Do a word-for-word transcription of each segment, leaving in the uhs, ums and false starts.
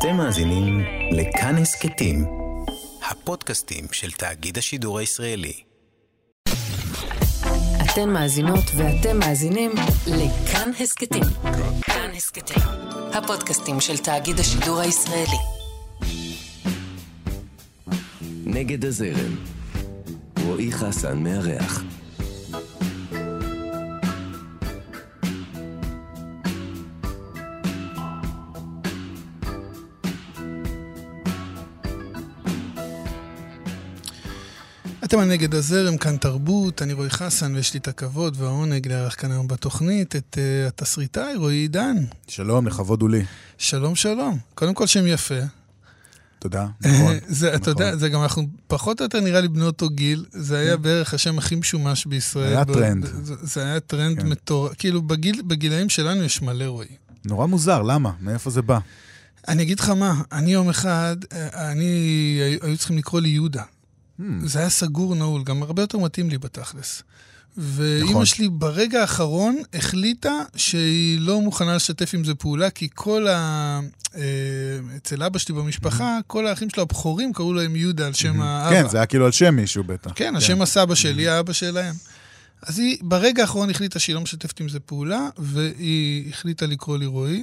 אתם מאזינים לכאן הסכתים, הפודקאסטים של תאגיד השידור הישראלי. אתן מאזינות ואתם מאזינים לכאן הסכתים. כאן הסכתים, הפודקאסטים של תאגיד השידור הישראלי. נגד הזרם, רועי חסן מארח. אתם על נגד הזרם, כאן תרבות, אני רועי חסן ויש לי את הכבוד והעונג לארח כאן היום בתוכנית את uh, התסריטאי רועי עידן. שלום, לכבוד הוא לי. שלום שלום, קודם כל שם יפה. תודה, נכון. זה, נכון. אתה יודע, זה גם אנחנו פחות או יותר נראה לי בני אותו גיל, זה היה בערך השם הכי משומש בישראל. היה טרנד. זה, זה היה טרנד כן. מטורף, כאילו בגיל, בגילאים שלנו יש מלא רועי. נורא מוזר, למה? מאיפה זה בא? אני אגיד לך מה, אני יום אחד, אני, היו צריכים לקרוא לי יהודה. זה היה סגור נעול, גם הרבה יותר מתאים לי בתכלס. ואמא שלי ברגע האחרון החליטה שהיא לא מוכנה לשתף עם זה פעולה, כי כל ה... אצל אבא שלי במשפחה, כל האחים שלו הבכורים קראו להם יהודה על שם האבא. כן, זה היה כאילו על שם מישהו בטח. כן, על שם הסבא שלי, האבא שלהם. אז היא ברגע האחרון החליטה שהיא לא משתפת עם זה פעולה, והיא החליטה לקרוא לי רועי.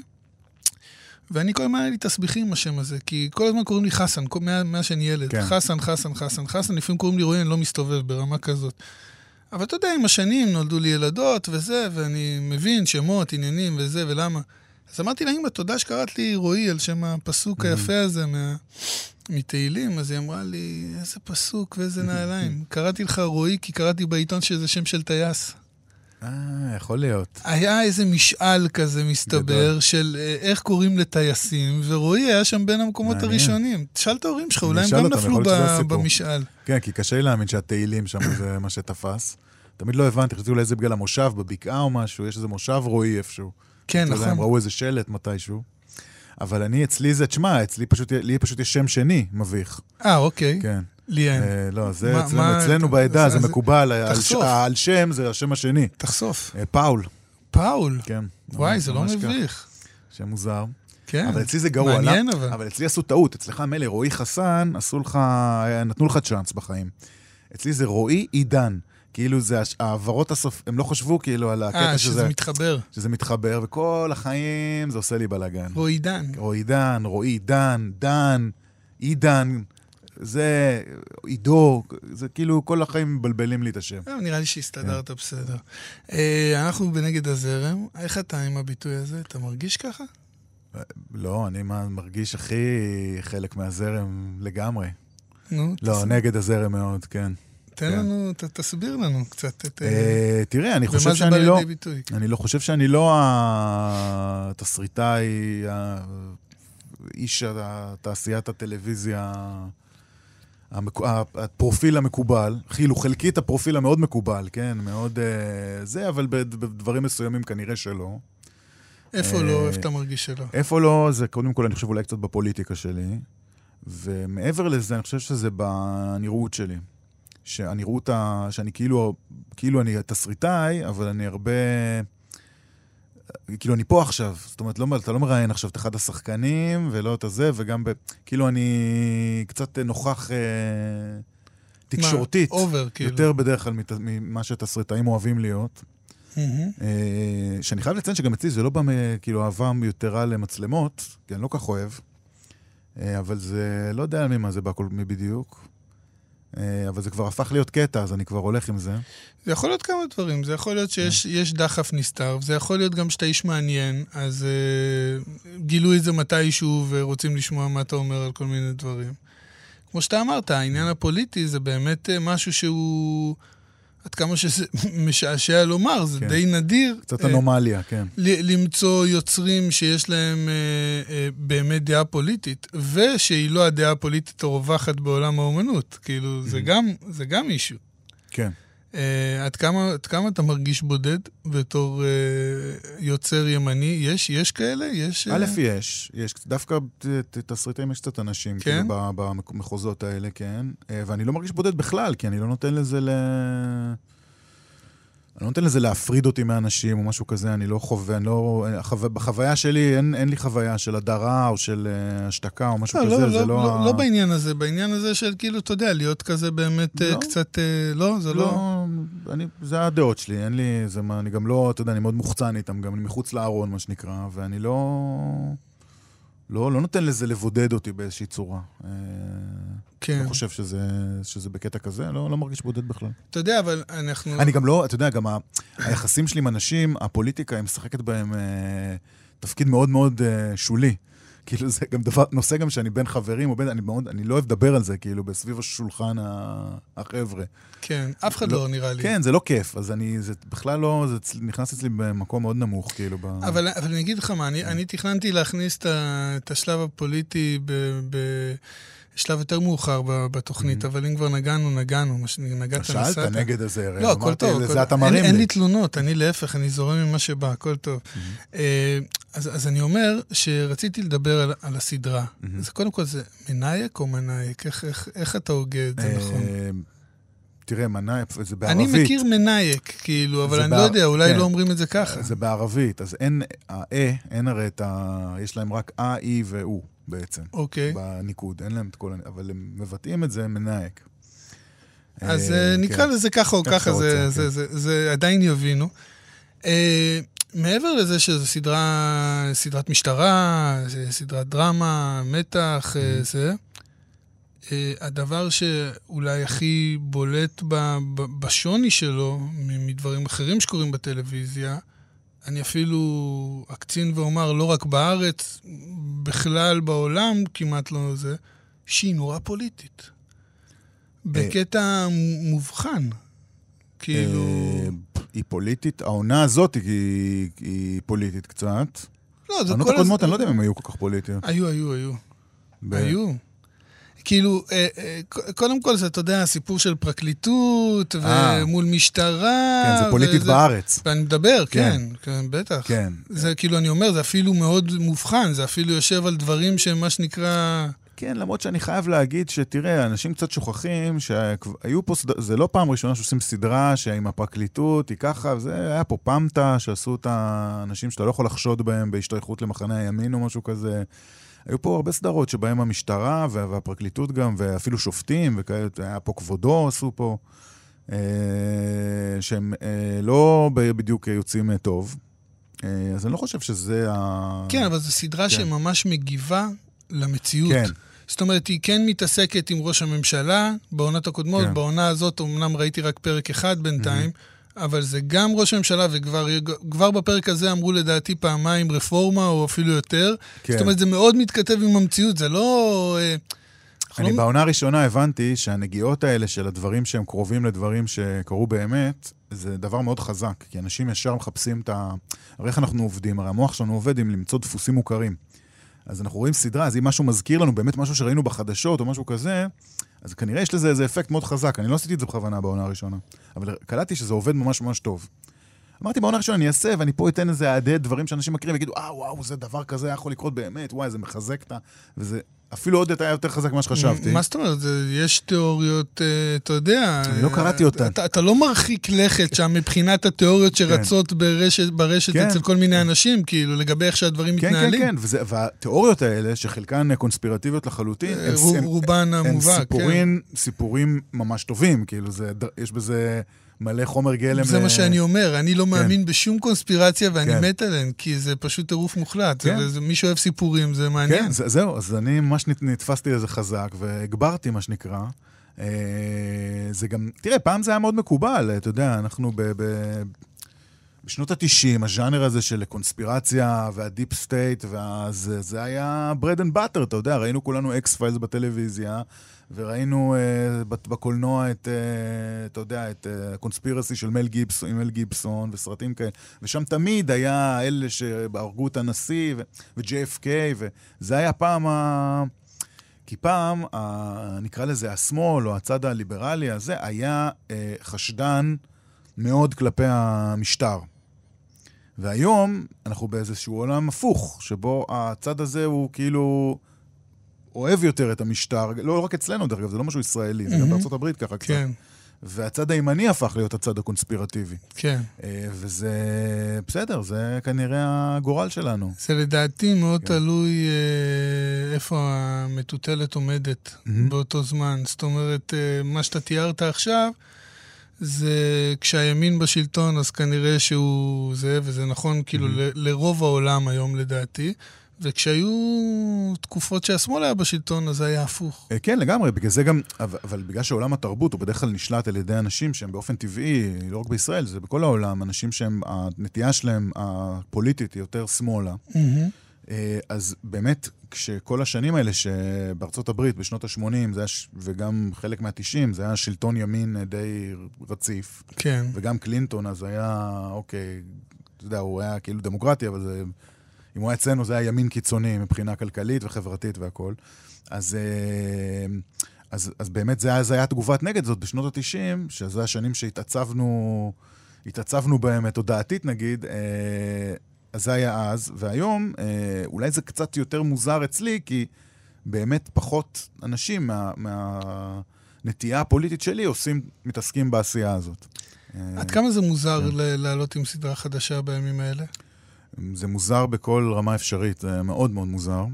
ואני כל הזמן היה לי תסביכים עם השם הזה, כי כל הזמן קוראים לי חסן, מאז שאני ילד. כן. חסן, חסן, חסן, חסן, לפעמים קוראים לי רועי, אני לא מסתובב ברמה כזאת. אבל אתה יודע, עם השנים נולדו לי ילדות וזה, ואני מבין שמות, עניינים וזה, ולמה. אז אמרתי לאמא, תודה שקראת לי רועי על שם הפסוק היפה הזה מה... מתהילים, אז היא אמרה לי, איזה פסוק ואיזה נעליים. קראתי לך רועי, כי קראתי בעיתון שזה שם של טייס. אה, יכול להיות. היה איזה משאל כזה מסתבר, גדול. של איך קוראים לטייסים, ורועי היה שם בין המקומות מעניין. הראשונים. תשאל את ההורים שלך, אולי הם גם נפלו ב- במשאל. כן, כי קשה לי להאמין שהתהילים שם זה מה שתפס. תמיד לא הבנתי, חשבתי אולי איזה בגלל המושב, בבקעה או משהו, יש איזה מושב רועי איפשהו. כן, נכון. הם ראו איזה שלט מתישהו. אבל אני, אצלי זה, תשמע, אצלי פשוט, לי פשוט יש שם שני, מביך. אה, אוקיי. כן. לי אין. לא, זה אצלנו בעדה, זה מקובל. על שם זה השם השני. תחשוף. פאול. פאול? כן. וואי, זה לא מביך. שם מוזר. כן. אבל אצלי זה גרוע. מעניין אבל. אבל אצלי עשו טעות. אצלך מלא, רועי חסן, עשו לך, נתנו לך צ'אנס בחיים. אצלי זה רועי עידן. כאילו זה העברות הסוף, הם לא חשבו כאילו על הקטע שזה... שזה... שזה מתחבר. שזה מתחבר, וכל החיים זה עושה לי בלגן. רועי עידן. רועי עידן, רועי עידן, דן, עידן, זה עידו, זה כאילו כל החיים מבלבלים לי את השם. נראה לי שהסתדרת בסדר. אנחנו בנגד הזרם, איך אתה עם הביטוי הזה? אתה מרגיש ככה? לא, אני מרגיש הכי חלק מהזרם לגמרי. נו, לא, נגד הזרם מאוד, כן. תן לנו, תסביר לנו קצת את... תראה, אני חושב שאני לא... אני לא חושב שאני לא התסריטאי, איש תעשיית הטלוויזיה, הפרופיל המקובל, חילו חלקי את הפרופיל המאוד מקובל, כן, מאוד זה, אבל בדברים מסוימים כנראה שלא. איפה לא, איפה אתה מרגיש שלא? איפה לא, זה קודם כל אני חושב אולי קצת בפוליטיקה שלי, ומעבר לזה אני חושב שזה בנראות שלי. שאני רואה אותה, שאני כאילו, כאילו אני תסריטאי, אבל אני הרבה, כאילו אני פה עכשיו, זאת אומרת, לא, אתה לא מראיין עכשיו את אחד השחקנים, ולא את הזה, וגם ב, כאילו אני קצת נוכח אה, תקשורתית, מה? אובר, כאילו. יותר בדרך כלל ממה שתסריטאים אוהבים להיות. Mm-hmm. אה, שאני חייב לציין שגם אצלי זה לא בא כאילו אהבה יתרה למצלמות, כי אני לא כך אוהב, אה, אבל זה לא יודע ממה זה בא כל מי בדיוק. אבל זה כבר הפך להיות קטע, אז אני כבר הולך עם זה. זה יכול להיות כמה דברים. זה יכול להיות שיש יש דחף נסתר, זה יכול להיות גם שאתה איש מעניין, אז uh, גילו את זה מתישהו ורוצים לשמוע מה אתה אומר על כל מיני דברים. כמו שאתה אמרת, העניין הפוליטי זה באמת משהו שהוא, עד כמה שזה משעשע לומר, זה כן. די נדיר. קצת אנומליה, uh, כן. למצוא יוצרים שיש להם uh, uh, באמת דעה פוליטית, ושהיא לא הדעה הפוליטית הרווחת בעולם האומנות. כאילו, זה גם, זה גם אישו. כן. Uh, עד כמה, עד כמה אתה מרגיש בודד בתור uh, יוצר ימני? יש, יש כאלה? יש... א', יש. יש. דווקא תסריטאים יש קצת אנשים, כן? כאילו, במחוזות האלה, כן. ואני לא מרגיש בודד בכלל, כי אני לא נותן לזה ל... אני לא נותן לזה להפריד אותי מאנשים או משהו כזה, אני לא חווה, אני לא... החו... בחוויה שלי אין, אין לי חוויה של הדרה או של uh, השתקה או משהו לא, כזה, לא, זה לא, לא... לא, לא בעניין הזה, בעניין הזה של כאילו, אתה יודע, להיות כזה באמת לא, קצת... לא, זה לא... לא אני, זה הדעות שלי, אין לי... זה מה, אני גם לא, אתה יודע, אני מאוד מוחצן איתם, גם אני מחוץ לארון, מה שנקרא, ואני לא... לא, לא נותן לזה לבודד אותי באיזושהי צורה. כן. אני חושב שזה, שזה בקטע כזה, לא, לא מרגיש בודד בכלל. אתה יודע, אבל אנחנו... אני גם לא, אתה יודע, גם ה, היחסים שלי עם אנשים, הפוליטיקה, היא משחקת בהם אה, תפקיד מאוד מאוד אה, שולי. כאילו זה גם דבר, נושא גם שאני בין חברים, או בין, אני, מאוד, אני לא אוהב לדבר על זה, כאילו, בסביב השולחן החבר'ה. כן, אף אחד לא, לא נראה לי. כן, זה לא כיף, אז אני, זה בכלל לא, זה נכנס אצלי במקום מאוד נמוך, כאילו. ב... אבל, אבל אני אגיד לך מה, אני, אני תכננתי להכניס את, את השלב הפוליטי ב... ב שלב יותר מאוחר בתוכנית, אבל אם כבר נגענו, נגענו, נגעת נסעת. שאלת נגד הזה, לא, הכל טוב. אין לי תלונות, אני להפך, אני זורם ממה שבא, הכל טוב. אז אני אומר שרציתי לדבר על הסדרה. אז קודם כל זה מנאייק או מנאייק? איך אתה הוגה את זה נכון? תראה, מנאייק, זה בערבית. אני מכיר מנאייק, כאילו, אבל אני לא יודע, אולי לא אומרים את זה ככה. זה בערבית, אז אין, אה, אין הרי את ה... יש להם רק אה, אי ואו. בעצם, אוקיי. בניקוד, אין להם את כל... אבל הם מבטאים את זה מנאייק. אז נקרא לזה ככה או ככה, זה עדיין יבינו. מעבר לזה שזו סדרה, סדרת משטרה, סדרת דרמה, מתח, זה, הדבר שאולי הכי בולט בשוני שלו, מדברים אחרים שקורים בטלוויזיה, אני אפילו אקצין ואומר, לא רק בארץ, בכלל בעולם, כמעט לא זה, שהיא נורא פוליטית. בקטע מובחן. כאילו... היא פוליטית, העונה הזאת היא פוליטית קצת. לא, זה כל... העונות הקודמות, אני לא יודע אם הם היו כל כך פוליטיות. היו, היו, היו. היו. כאילו, קודם כל זה, אתה יודע, הסיפור של פרקליטות ומול משטרה. כן, זה פוליטית בארץ. ואני מדבר, כן, כן, בטח. כן. זה כאילו, אני אומר, זה אפילו מאוד מובחן, זה אפילו יושב על דברים שמה שנקרא... כן, למרות שאני חייב להגיד שתראה, אנשים קצת שוכחים שהיו פה, זה לא פעם ראשונה שעושים סדרה שעם הפרקליטות היא ככה, זה היה פה פמטה שעשו את האנשים שאתה לא יכול לחשוד בהם בהשתייכות למחנה הימין או משהו כזה. היו פה הרבה סדרות שבהם המשטרה והפרקליטות גם, ואפילו שופטים, וכאלה, היה פה כבודו, עשו פה, שהם לא בדיוק יוצאים טוב. אז אני לא חושב שזה ה... כן, אבל זו סדרה שממש מגיבה למציאות. כן. זאת אומרת, היא כן מתעסקת עם ראש הממשלה, בעונות הקודמות, כן. בעונה הזאת, אמנם ראיתי רק פרק אחד בינתיים, mm-hmm. אבל זה גם ראש הממשלה, וכבר כבר בפרק הזה אמרו לדעתי פעמיים רפורמה, או אפילו יותר. כן. זאת אומרת, זה מאוד מתכתב עם המציאות, זה לא... אני לא... בעונה הראשונה הבנתי שהנגיעות האלה של הדברים שהם קרובים לדברים שקרו באמת, זה דבר מאוד חזק, כי אנשים ישר מחפשים את ה... הרי איך אנחנו עובדים, הרי המוח שלנו עובד עם למצוא דפוסים מוכרים. אז אנחנו רואים סדרה, אז אם משהו מזכיר לנו באמת משהו שראינו בחדשות או משהו כזה, אז כנראה יש לזה איזה אפקט מאוד חזק. אני לא עשיתי את זה בכוונה בעונה הראשונה, אבל קלטתי שזה עובד ממש ממש טוב. אמרתי, בעונה הראשונה אני אעשה, ואני פה אתן איזה עדד דברים שאנשים מכירים, ויגידו, אה, וואו, זה דבר כזה יכול לקרות באמת, וואי, זה מחזק את ה... וזה אפילו עוד היה יותר חזק ממה שחשבתי. מה זאת אומרת? יש תיאוריות, אתה יודע... אני לא קראתי אותן. אתה לא מרחיק לכת שם מבחינת התיאוריות שרצות ברשת אצל כל מיני אנשים, כאילו, לגבי איך שהדברים מתנהלים. כן, כן, כן, והתיאוריות האלה, שחלקן קונספירטיביות לחלוטין, רובן המובהק, הם סיפורים ממש טובים, כאילו, יש בזה... מלא חומר גלם. זה מה שאני אומר, אני לא מאמין בשום קונספירציה, ואני מת עליהן, כי זה פשוט טירוף מוחלט. מי שאוהב סיפורים, זה מעניין. כן, זהו, אז אני ממש נתפסתי לזה חזק, והגברתי מה שנקרא. זה גם, תראה, פעם זה היה מאוד מקובל, אתה יודע, אנחנו בשנות ה-תשעים, הז'אנר הזה של קונספירציה והדיפ סטייט, זה היה bread and butter, אתה יודע, ראינו כולנו אקס-פיילס בטלוויזיה, וראינו uh, בקולנוע את, uh, אתה יודע, את הקונספירסי uh, של מל גיבסון, עם מל גיבסון וסרטים כאלה, ושם תמיד היה אלה שהרגו את הנשיא ו-ג'יי אף קיי, וזה היה פעם, ה... כי פעם, ה... נקרא לזה השמאל או הצד הליברלי הזה, היה uh, חשדן מאוד כלפי המשטר. והיום אנחנו באיזשהו עולם הפוך, שבו הצד הזה הוא כאילו... אוהב יותר את המשטר, לא רק אצלנו דרך אגב, זה לא משהו ישראלי, זה גם בארצות הברית ככה קצת. והצד הימני הפך להיות הצד הקונספירטיבי. כן. וזה בסדר, זה כנראה הגורל שלנו. זה לדעתי מאוד תלוי איפה המטוטלת עומדת באותו זמן. זאת אומרת, מה שאתה תיארת עכשיו, זה כשהימין בשלטון, אז כנראה שהוא זה, וזה נכון כאילו לרוב העולם היום לדעתי, וכשהיו תקופות שהשמאל היה בשלטון, אז זה היה הפוך. כן, לגמרי, בגלל זה גם, אבל בגלל שעולם התרבות הוא בדרך כלל נשלט על ידי אנשים שהם באופן טבעי, לא רק בישראל, זה בכל העולם, אנשים שהם, הנטייה שלהם הפוליטית היא יותר שמאלה. אז באמת, כשכל השנים האלה שבארצות הברית, בשנות ה-שמונים, וגם חלק מה-תשעים, זה היה שלטון ימין די רציף. כן. וגם קלינטון, אז היה, אוקיי, אתה יודע, הוא היה כאילו דמוקרטי, אבל זה... אם הוא היה אצלנו, זה היה ימין קיצוני מבחינה כלכלית וחברתית והכל. אז, אז, אז באמת זה, זה היה תגובת נגד זאת בשנות ה-תשעים, שזה השנים שהתעצבנו, התעצבנו בהם תודעתית נגיד, אז זה היה אז, והיום אולי זה קצת יותר מוזר אצלי, כי באמת פחות אנשים מה, מהנטייה הפוליטית שלי עושים, מתעסקים בעשייה הזאת. עד כמה זה מוזר לעלות עם סדרה חדשה בימים האלה? זה מוזר בכל רמה אפשרית, זה מאוד מאוד מוזר.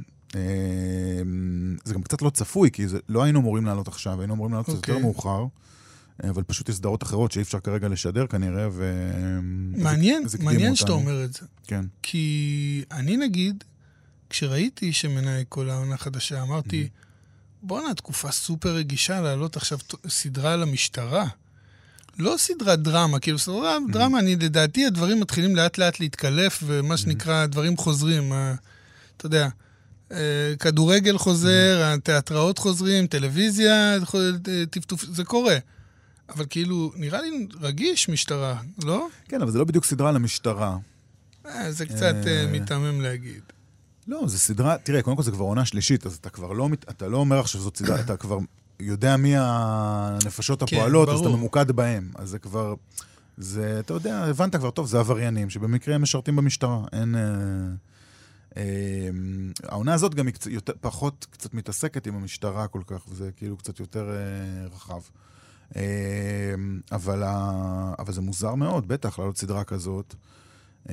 זה גם קצת לא צפוי, כי זה, לא היינו אמורים לעלות עכשיו, היינו אמורים לעלות okay. יותר מאוחר, אבל פשוט יש סדרות אחרות שאי אפשר כרגע לשדר כנראה, ו... מעניין, מעניין שאתה אומר את זה. כן. כי אני נגיד, כשראיתי שמנהי כל העונה חדשה, אמרתי, בוא נה, תקופה סופר רגישה לעלות עכשיו סדרה על המשטרה. לא סדרת דרמה, כאילו סדרת דרמה, אני לדעתי הדברים מתחילים לאט לאט להתקלף, ומה שנקרא, דברים חוזרים, אתה יודע, כדורגל חוזר, התיאטראות חוזרים, טלוויזיה, טפטוף, זה קורה. אבל כאילו, נראה לי רגיש משטרה, לא? כן, אבל זה לא בדיוק סדרה למשטרה. זה קצת מתאמם להגיד. לא, זה סדרה, תראה, קודם כל זה כבר עונה שלישית, אז אתה כבר לא, אתה לא אומר עכשיו שזאת סדרה, אתה כבר... יודע מי הנפשות הפועלות, אז אתה ממוקד בהם. אז זה כבר, זה, אתה יודע, הבנת כבר טוב, זה עבריינים, שבמקרה הם משרתים במשטרה. אין... אה, אה, העונה הזאת גם יותר, פחות קצת מתעסקת עם המשטרה כל כך, וזה כאילו קצת יותר אה, רחב. אה, אבל, ה, אבל זה מוזר מאוד, בטח, לעלות סדרה כזאת. אה,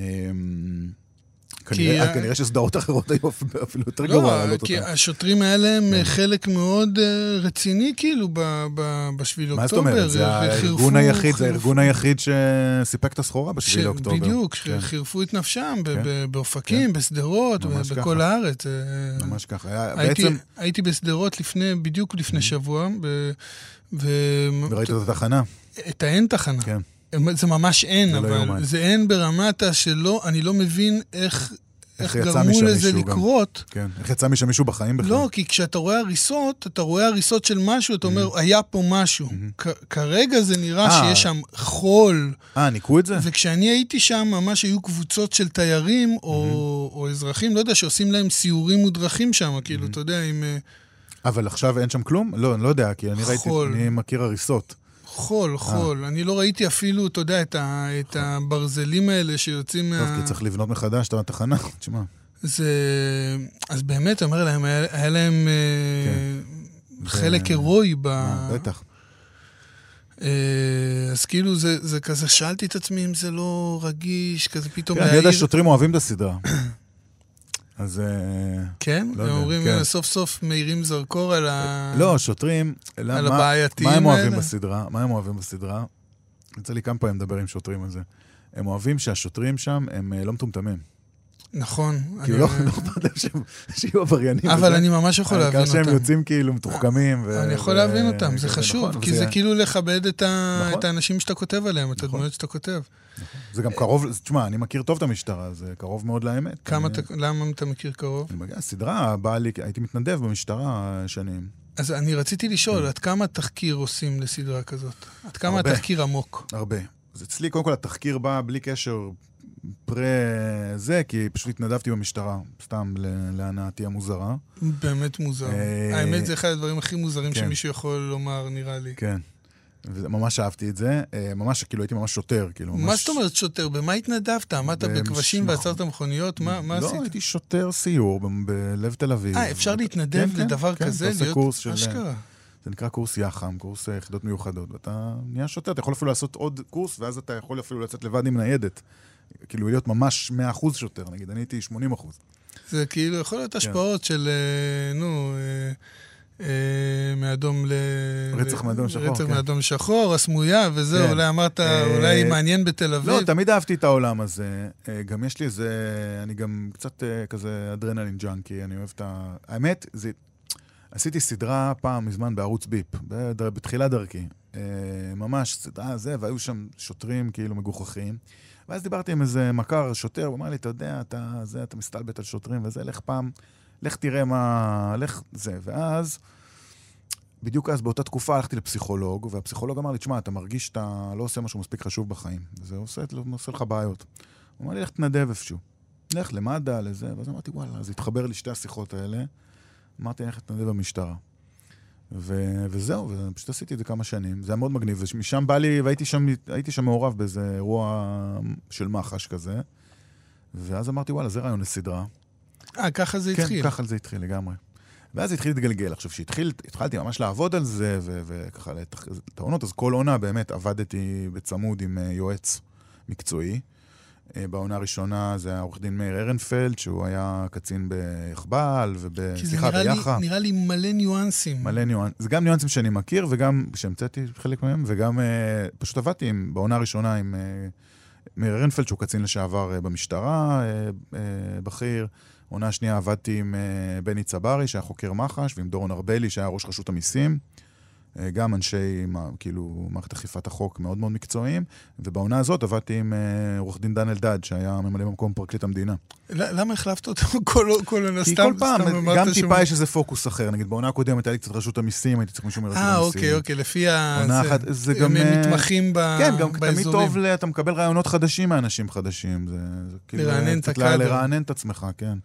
כנראה, כנראה שסדרות אחרות היו אפילו יותר גרוע לעלות אותם. לא, כי השוטרים האלה הם חלק מאוד רציני, כאילו, בשביל אוקטובר. מה זאת אומרת? זה הארגון היחיד, זה הארגון היחיד שסיפק את הסחורה בשביל אוקטובר. בדיוק, שחירפו את נפשם באופקים, בסדרות, בכל הארץ. ממש ככה. הייתי בסדרות בדיוק לפני שבוע, וראית את התחנה? את האין תחנה. כן. זה ממש אין, זה אבל לא זה אין ברמתה שלא, אני לא מבין איך, איך, איך גרמו לזה לקרות. כן, איך יצא משם מישהו בחיים בכלל? לא, כי כשאתה רואה הריסות, אתה רואה הריסות של משהו, אתה אומר, mm-hmm. היה פה משהו. Mm-hmm. כ- כרגע זה נראה 아, שיש שם חול. אה, ניקו את זה? וכשאני הייתי שם, ממש היו קבוצות של תיירים, mm-hmm. או, או אזרחים, לא יודע, שעושים להם סיורים מודרכים שם, כאילו, mm-hmm. אתה יודע, עם... אבל עכשיו אין שם כלום? לא, אני לא יודע, כי אני ראיתי, אני מכיר הריסות. חול, חול. אני לא ראיתי אפילו, אתה יודע, את הברזלים האלה שיוצאים מה... טוב, כי צריך לבנות מחדש את התחנה, תשמע. זה... אז באמת, אומר להם, היה להם חלק הירואי ב... בטח. אז כאילו, זה כזה, שאלתי את עצמי אם זה לא רגיש, כזה פתאום... כן, אני יודע ששוטרים אוהבים את הסדרה. אז... כן? הם אומרים, סוף סוף מאירים זרקור על ה... לא, שוטרים... על הבעייתיים האלה. מה הם אוהבים בסדרה? מה הם אוהבים בסדרה? יצא לי כמה פעמים לדבר עם שוטרים על זה. הם אוהבים שהשוטרים שם הם לא מטומטמים. נכון. כאילו לא אכפת להם שיהיו עבריינים. אבל אני ממש יכול להבין אותם. העיקר שהם יוצאים כאילו מתוחכמים. אני יכול להבין אותם, זה חשוב. כי זה כאילו לכבד את האנשים שאתה כותב עליהם, את הדמויות שאתה כותב. זה גם קרוב, תשמע, אני מכיר טוב את המשטרה, זה קרוב מאוד לאמת. כמה אתה, למה אתה מכיר קרוב? אני מגיע, הסדרה באה לי, הייתי מתנדב במשטרה שנים. אז אני רציתי לשאול, עד כמה תחקיר עושים לסדרה כזאת? עד כמה התחקיר עמוק? הרבה. אז אצלי, קודם כל, התחקיר בא בלי קשר פרה זה, כי פשוט התנדבתי במשטרה, סתם להנאתי המוזרה. באמת מוזר. האמת, זה אחד הדברים הכי מוזרים שמישהו יכול לומר, נראה לי. כן. וממש אהבתי את זה, ממש, כאילו, הייתי ממש שוטר, כאילו, ממש... מה זאת אומרת שוטר? במה התנדבת? עמדת בכבשים ועצרת המכוניות? מה עשית? לא, הייתי שוטר סיור בלב תל אביב. אה, אפשר להתנדב לדבר כזה? כן, אתה עושה קורס של... אשכרה. זה נקרא קורס יח"ם, קורס יחידות מיוחדות, ואתה נהיה שוטר, אתה יכול אפילו לעשות עוד קורס, ואז אתה יכול אפילו לצאת לבד עם ניידת. כאילו להיות ממש מאה אחוז שוטר, נגיד, אני הייתי שמונים אחוז. זה כאילו יכול להיות השפעות של, נו, מאדום ל... רצח מאדום שחור, רצח כן. מאדום שחור, הסמויה, וזהו, כן. אולי אמרת, אולי מעניין בתל אביב. לא, תמיד אהבתי את העולם הזה. גם יש לי איזה, אני גם קצת כזה אדרנלין ג'אנקי, אני אוהב את ה... האמת, זה... עשיתי סדרה פעם מזמן בערוץ ביפ, בתחילת דרכי. ממש סדרה זה, והיו שם שוטרים כאילו מגוחכים. ואז דיברתי עם איזה מכר שוטר, הוא אמר לי, אתה יודע, אתה, זה, אתה מסתלבט על שוטרים וזה, לך פעם, לך תראה מה, לך זה. ואז, בדיוק אז באותה תקופה הלכתי לפסיכולוג, והפסיכולוג אמר לי, תשמע, אתה מרגיש שאתה לא עושה משהו מספיק חשוב בחיים. וזה עושה, עושה לך בעיות. הוא אמר לי, לך תנדב איפשהו. לך למד"א, לזה. ואז אמרתי, וואלה, אז התחבר לי שתי השיחות האלה. אמרתי, לך תנדב במשטרה. ו- וזהו, ופשוט עשיתי את זה כמה שנים. זה היה מאוד מגניב, ומשם בא לי, והייתי שם, הייתי שם מעורב באיזה אירוע של מחש כזה. ואז אמרתי, וואלה, זה רעיון לסדרה. אה, ככה זה התחיל. כן, ככה זה התחיל לגמרי. ואז התחיל להתגלגל. עכשיו, שהתחלתי ממש לעבוד על זה, וככה, את העונות, אז כל עונה באמת עבדתי בצמוד עם יועץ מקצועי. בעונה הראשונה זה היה עורך דין מאיר ארנפלד, שהוא היה קצין ביחבל ובשיחה ביח"א. כי זה נראה לי מלא ניואנסים. מלא ניואנסים. זה גם ניואנסים שאני מכיר, וגם שהמצאתי חלק מהם, וגם פשוט עבדתי עם, בעונה הראשונה עם מאיר ארנפלד, שהוא קצין לשעבר במשטרה, בכיר. עונה השנייה עבדתי עם בני צברי, שהיה חוקר מח"ש, ועם דורון ארבלי, שהיה ראש רשות המיסים. גם אנשי, כאילו, מערכת אכיפת החוק מאוד מאוד מקצועיים, ובעונה הזאת עבדתי עם עורך דין דן אלדד, שהיה ממלא במקום פרקליט המדינה. למה החלפת אותו כל עונה? כי כל פעם, גם טיפה יש איזה פוקוס אחר, נגיד בעונה הקודמת היה לי קצת רשות המיסים, הייתי צריך מישהו מרשות המיסים. אה, אוקיי, אוקיי, לפי ה... זה גם... הם מתמחים באזורים. כן, גם תמיד טוב, אתה מקבל רעיונות חדשים מאנשים חדשים. לרענן את הקאדר. לרענן את עצמך, כן.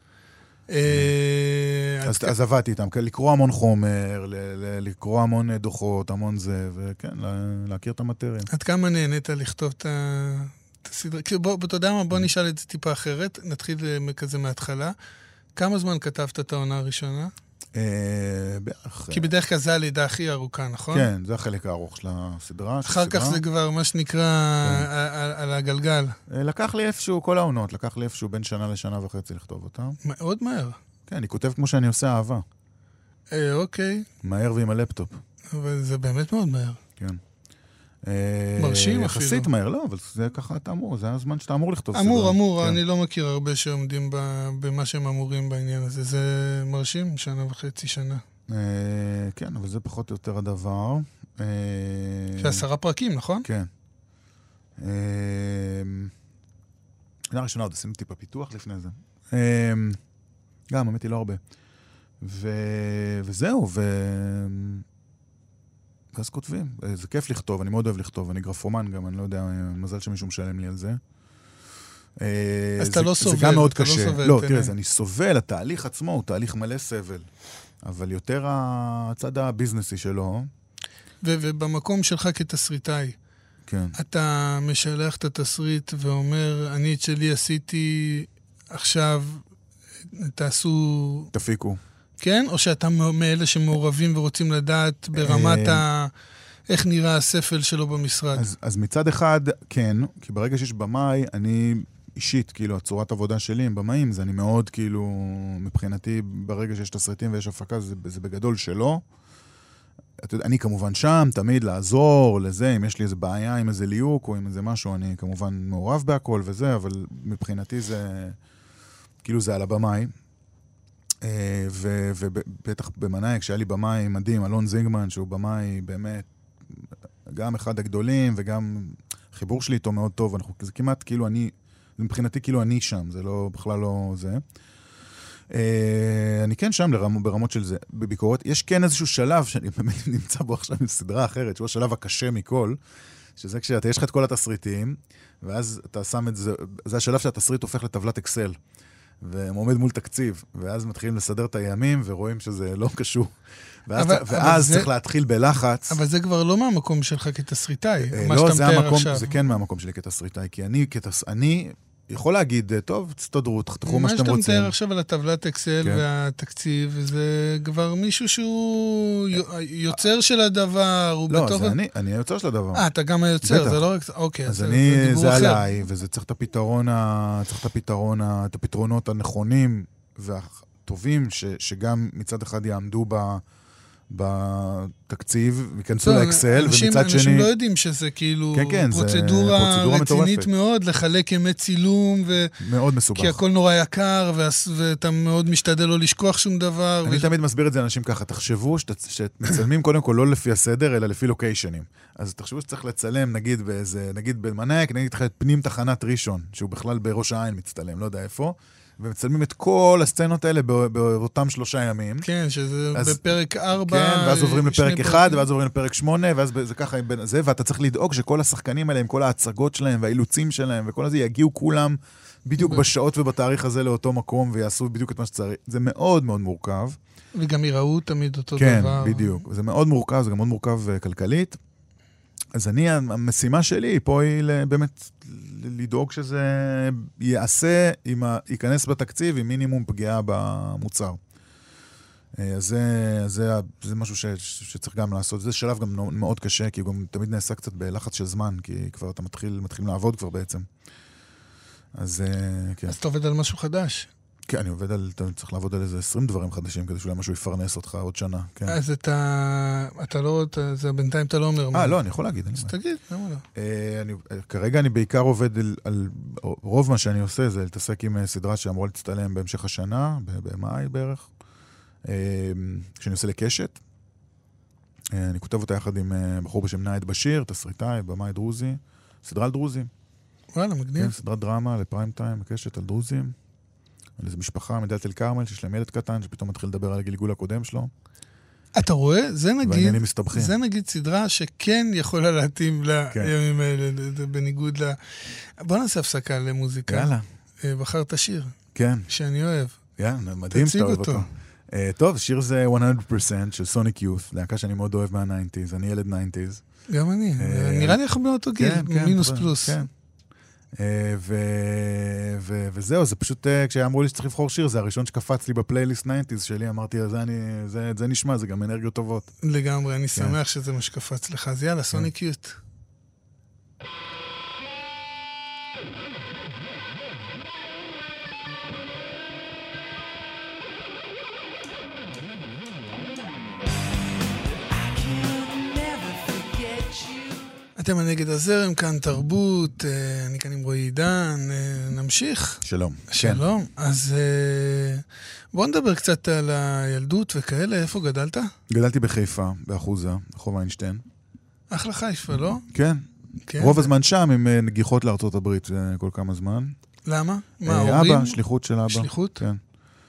אז עבדתי איתם, לקרוא המון חומר, לקרוא המון דוחות, המון זה, וכן, להכיר את המטריה. עד כמה נהנית לכתוב את הסדרה? אתה יודע מה, בוא נשאל את זה טיפה אחרת, נתחיל כזה מההתחלה. כמה זמן כתבת את העונה הראשונה? בערך. כי בדרך כלל זה הלידה הכי ארוכה, נכון? כן, זה החלק הארוך של הסדרה. אחר כך זה כבר מה שנקרא על הגלגל. לקח לי איפשהו, כל העונות, לקח לי איפשהו בין שנה לשנה וחצי לכתוב אותם. מאוד מהר. כן, אני כותב כמו שאני עושה אהבה. אוקיי. מהר ועם הלפטופ. אבל זה באמת מאוד מהר. כן. מרשים אפילו. יחסית מהר, לא, אבל זה ככה אתה אמור, זה הזמן שאתה אמור לכתוב סדרה. אמור, אמור, אני לא מכיר הרבה שעומדים במה שהם אמורים בעניין הזה. זה מרשים, שנה וחצי, שנה. כן, אבל זה פחות או יותר הדבר. שעשרה פרקים, נכון? כן. שנה ראשונה עוד עשינו טיפה פיתוח לפני זה. גם, האמת היא לא הרבה. וזהו, ו... ואז כותבים. זה כיף לכתוב, אני מאוד אוהב לכתוב, אני גרפומן גם, אני לא יודע, מזל שמישהו משלם לי על זה. אז אתה לא סובל. זה גם מאוד קשה. לא, תראה, אני סובל, התהליך עצמו הוא תהליך מלא סבל, אבל יותר הצד הביזנסי שלו. ובמקום שלך כתסריטאי, כן. אתה משלח את התסריט ואומר, אני את שלי עשיתי עכשיו, תעשו... תפיקו. כן? או שאתה מאלה שמעורבים ורוצים לדעת ברמת ה... איך נראה הספל שלו במשרד? אז, אז מצד אחד, כן, כי ברגע שיש במאי, אני אישית, כאילו, הצורת עבודה שלי עם במאים, זה אני מאוד, כאילו, מבחינתי, ברגע שיש תסריטים ויש הפקה, זה, זה בגדול שלו. אני כמובן שם, תמיד לעזור לזה, אם יש לי איזו בעיה עם איזה ליוק או עם איזה משהו, אני כמובן מעורב בהכל וזה, אבל מבחינתי זה, כאילו זה על הבמאי. ובטח במנאי, כשהיה לי במאי מדהים, אלון זינגמן, שהוא במאי באמת גם אחד הגדולים, וגם חיבור שלי איתו מאוד טוב, אנחנו, זה כמעט כאילו אני, מבחינתי כאילו אני שם, זה לא, בכלל לא זה. אני כן שם לרמ, ברמות של זה. בביקורת, יש כן איזשהו שלב שאני באמת נמצא בו עכשיו עם סדרה אחרת, שהוא השלב הקשה מכל, שזה כשאתה, יש לך את כל התסריטים, ואז אתה שם את זה, זה השלב שהתסריט הופך לטבלת אקסל. ועומד מול תקציב, ואז מתחילים לסדר את הימים, ורואים שזה לא קשור. ואז, אבל, ואז אבל צריך זה, להתחיל בלחץ. אבל זה כבר לא מהמקום שלך כתסריטאי, מה לא, שאתה מתאר המקום, עכשיו. זה כן מהמקום שלי כתסריטאי, כי אני, כתס, אני יכול להגיד, טוב, תסתדרו, תחתכו מה שאתם מה רוצים. שאתה מתאר עכשיו על הטבלת אקסל כן. והתקציב, זה כבר מישהו שהוא יוצר של הדבר, הוא לא, בתוך... זה אני, אני היוצר של הדבר. אה, אתה גם היוצר, בטח. זה לא רק... אוקיי, אז זה, אני, זה דיבור זה אחר. עליי, וזה צריך את הפתרון, ה... צריך את הפתרון, ה... את הפתרונות הנכונים והטובים, ש... שגם מצד אחד יעמדו ב... בתקציב, ייכנסו לאקסל, ומצד שני... אנשים לא יודעים שזה כאילו כן, כן, פרוצדורה, פרוצדורה רצינית מטורפת. מאוד, לחלק ימי צילום, ו... מאוד מסובך. כי הכל נורא יקר, וה... ואתה מאוד משתדל לא לשכוח שום דבר. אני ו... תמיד מסביר את זה לאנשים ככה, תחשבו שת... שמצלמים קודם כל לא לפי הסדר, אלא לפי לוקיישנים. אז תחשבו שצריך לצלם, נגיד באיזה, נגיד במנהק, נגיד את פנים תחנת ראשון, שהוא בכלל בראש העין מצטלם, לא יודע איפה, ומצלמים את כל הסצנות האלה באותם שלושה ימים. כן, שזה אז, בפרק ארבע. כן, ואז עוברים לפרק אחד, פרק... ואז עוברים לפרק שמונה, ואז זה ככה, זה, ואתה צריך לדאוג שכל השחקנים האלה, עם כל ההצגות שלהם, והאילוצים שלהם, וכל הזה, יגיעו כולם בדיוק בשעות ובתאריך הזה לאותו מקום, ויעשו בדיוק את מה שצריך. זה מאוד מאוד מורכב. וגם יראו תמיד אותו כן, דבר. כן, בדיוק. זה מאוד מורכב, זה גם מאוד מורכב כלכלית. אז אני, המשימה שלי פה היא באמת לדאוג שזה יעשה, ייכנס בתקציב עם מינימום פגיעה במוצר. אז זה, זה, זה משהו ש, שצריך גם לעשות. זה שלב גם מאוד קשה, כי הוא גם תמיד נעשה קצת בלחץ של זמן, כי כבר אתה מתחיל, מתחיל לעבוד כבר בעצם. אז כן. אז אתה עובד על משהו חדש. כן, אני עובד על, אתה צריך לעבוד על איזה עשרים דברים חדשים, כדי שאולי משהו יפרנס אותך עוד שנה. כן. אז אתה, אתה לא, אתה, זה בינתיים אתה לא אומר. אה, לא, אני יכול להגיד. אז תגיד, למה לא? אני, כרגע אני בעיקר עובד על, על, רוב מה שאני עושה זה להתעסק עם סדרה שאמורה להצטלם בהמשך השנה, במאי בערך, שאני עושה לקשת. אני כותב אותה יחד עם בחור בשם נאיד בשיר, תסריטאי, במאי דרוזי, סדרה על דרוזים. וואלה, מגניב. כן, סדרת דרמה לפריים טיים, לקשת על דרוזים. על איזו משפחה מדלת אל קרמל, שיש להם ילד קטן, שפתאום מתחיל לדבר על הגלגול הקודם שלו. אתה רואה? זה נגיד, והעניינים מסתבכים. זה נגיד סדרה שכן יכולה להתאים לימים האלה, בניגוד ל... בוא נעשה הפסקה למוזיקה. יאללה. בחרת שיר. כן. שאני אוהב. יאללה, מדהים שאתה אוהב אותו. טוב, שיר זה מאה אחוז של סוניק יות', להקה שאני מאוד אוהב מה-תשעים, אני ילד תשעים. גם אני. נראה לי אנחנו באותו גיל, מינוס פלוס. כן. וזהו, זה פשוט, כשאמרו לי שצריך לבחור שיר, זה הראשון שקפץ לי בפלייליסט תשעים שלי, אמרתי, זה נשמע, זה גם אנרגיות טובות. לגמרי, אני שמח שזה מה שקפץ לך. אז יאללה, סוניק יות'. אתם הנגד הזרם, כאן תרבות, אני כאן עם רועי עידן, נמשיך? שלום. שלום. אז בואו נדבר קצת על הילדות וכאלה, איפה גדלת? גדלתי בחיפה, באחוזה, רחוב איינשטיין. אחלה חיפה, לא? כן. רוב הזמן שם עם נגיחות לארצות הברית, כל כמה זמן. למה? מה, ההורים? אבא, שליחות של אבא. שליחות? כן.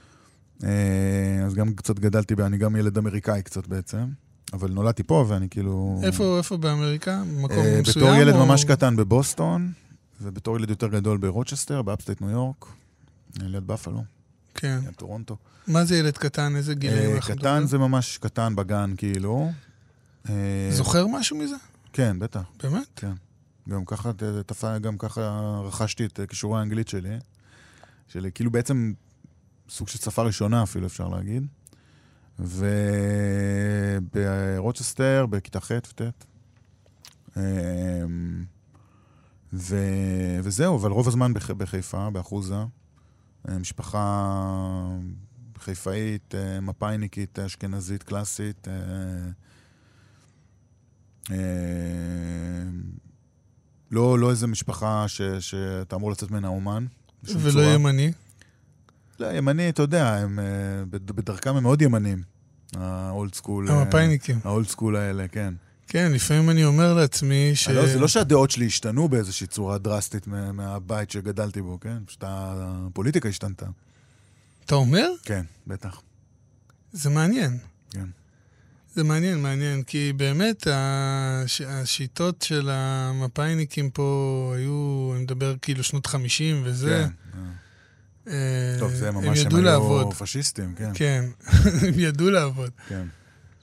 אז גם קצת גדלתי, אני גם ילד אמריקאי קצת בעצם. אבל נולדתי פה, ואני כאילו... איפה, איפה באמריקה? מקום מסוים? בתור ילד ממש קטן בבוסטון, ובתור ילד יותר גדול ברוצ'סטר, באפסטייט ניו יורק, ליד בפלו. כן. ליד טורונטו. מה זה ילד קטן? איזה גילאים? קטן זה ממש קטן בגן, כאילו. זוכר משהו מזה? כן, בטח. באמת? כן. גם ככה, גם ככה רכשתי את כישורי האנגלית שלי, שלי, כאילו בעצם סוג של שפה ראשונה אפילו, אפשר להגיד. וברוצ'סטר, בכיתה ח' וט'. וזהו, אבל רוב הזמן בחיפה, באחוזה. משפחה חיפאית, מפאיניקית, אשכנזית, קלאסית. לא, לא איזו משפחה שאתה אמור לצאת ממנה אומן. ולא ימני? לא, ימני, אתה יודע, הם, בדרכם הם מאוד ימנים. האולד סקול. המפאיניקים. האולד סקול האלה, כן. כן, לפעמים אני אומר לעצמי ש... לא, זה לא שהדעות שלי השתנו באיזושהי צורה דרסטית מהבית שגדלתי בו, כן? פשוט הפוליטיקה השתנתה. אתה אומר? כן, בטח. זה מעניין. כן. זה מעניין, מעניין, כי באמת הש... השיטות של המפאיניקים פה היו, אני מדבר כאילו שנות חמישים וזה. כן. טוב, זה ממש הם היו פשיסטים, כן. כן, הם ידעו לעבוד. כן.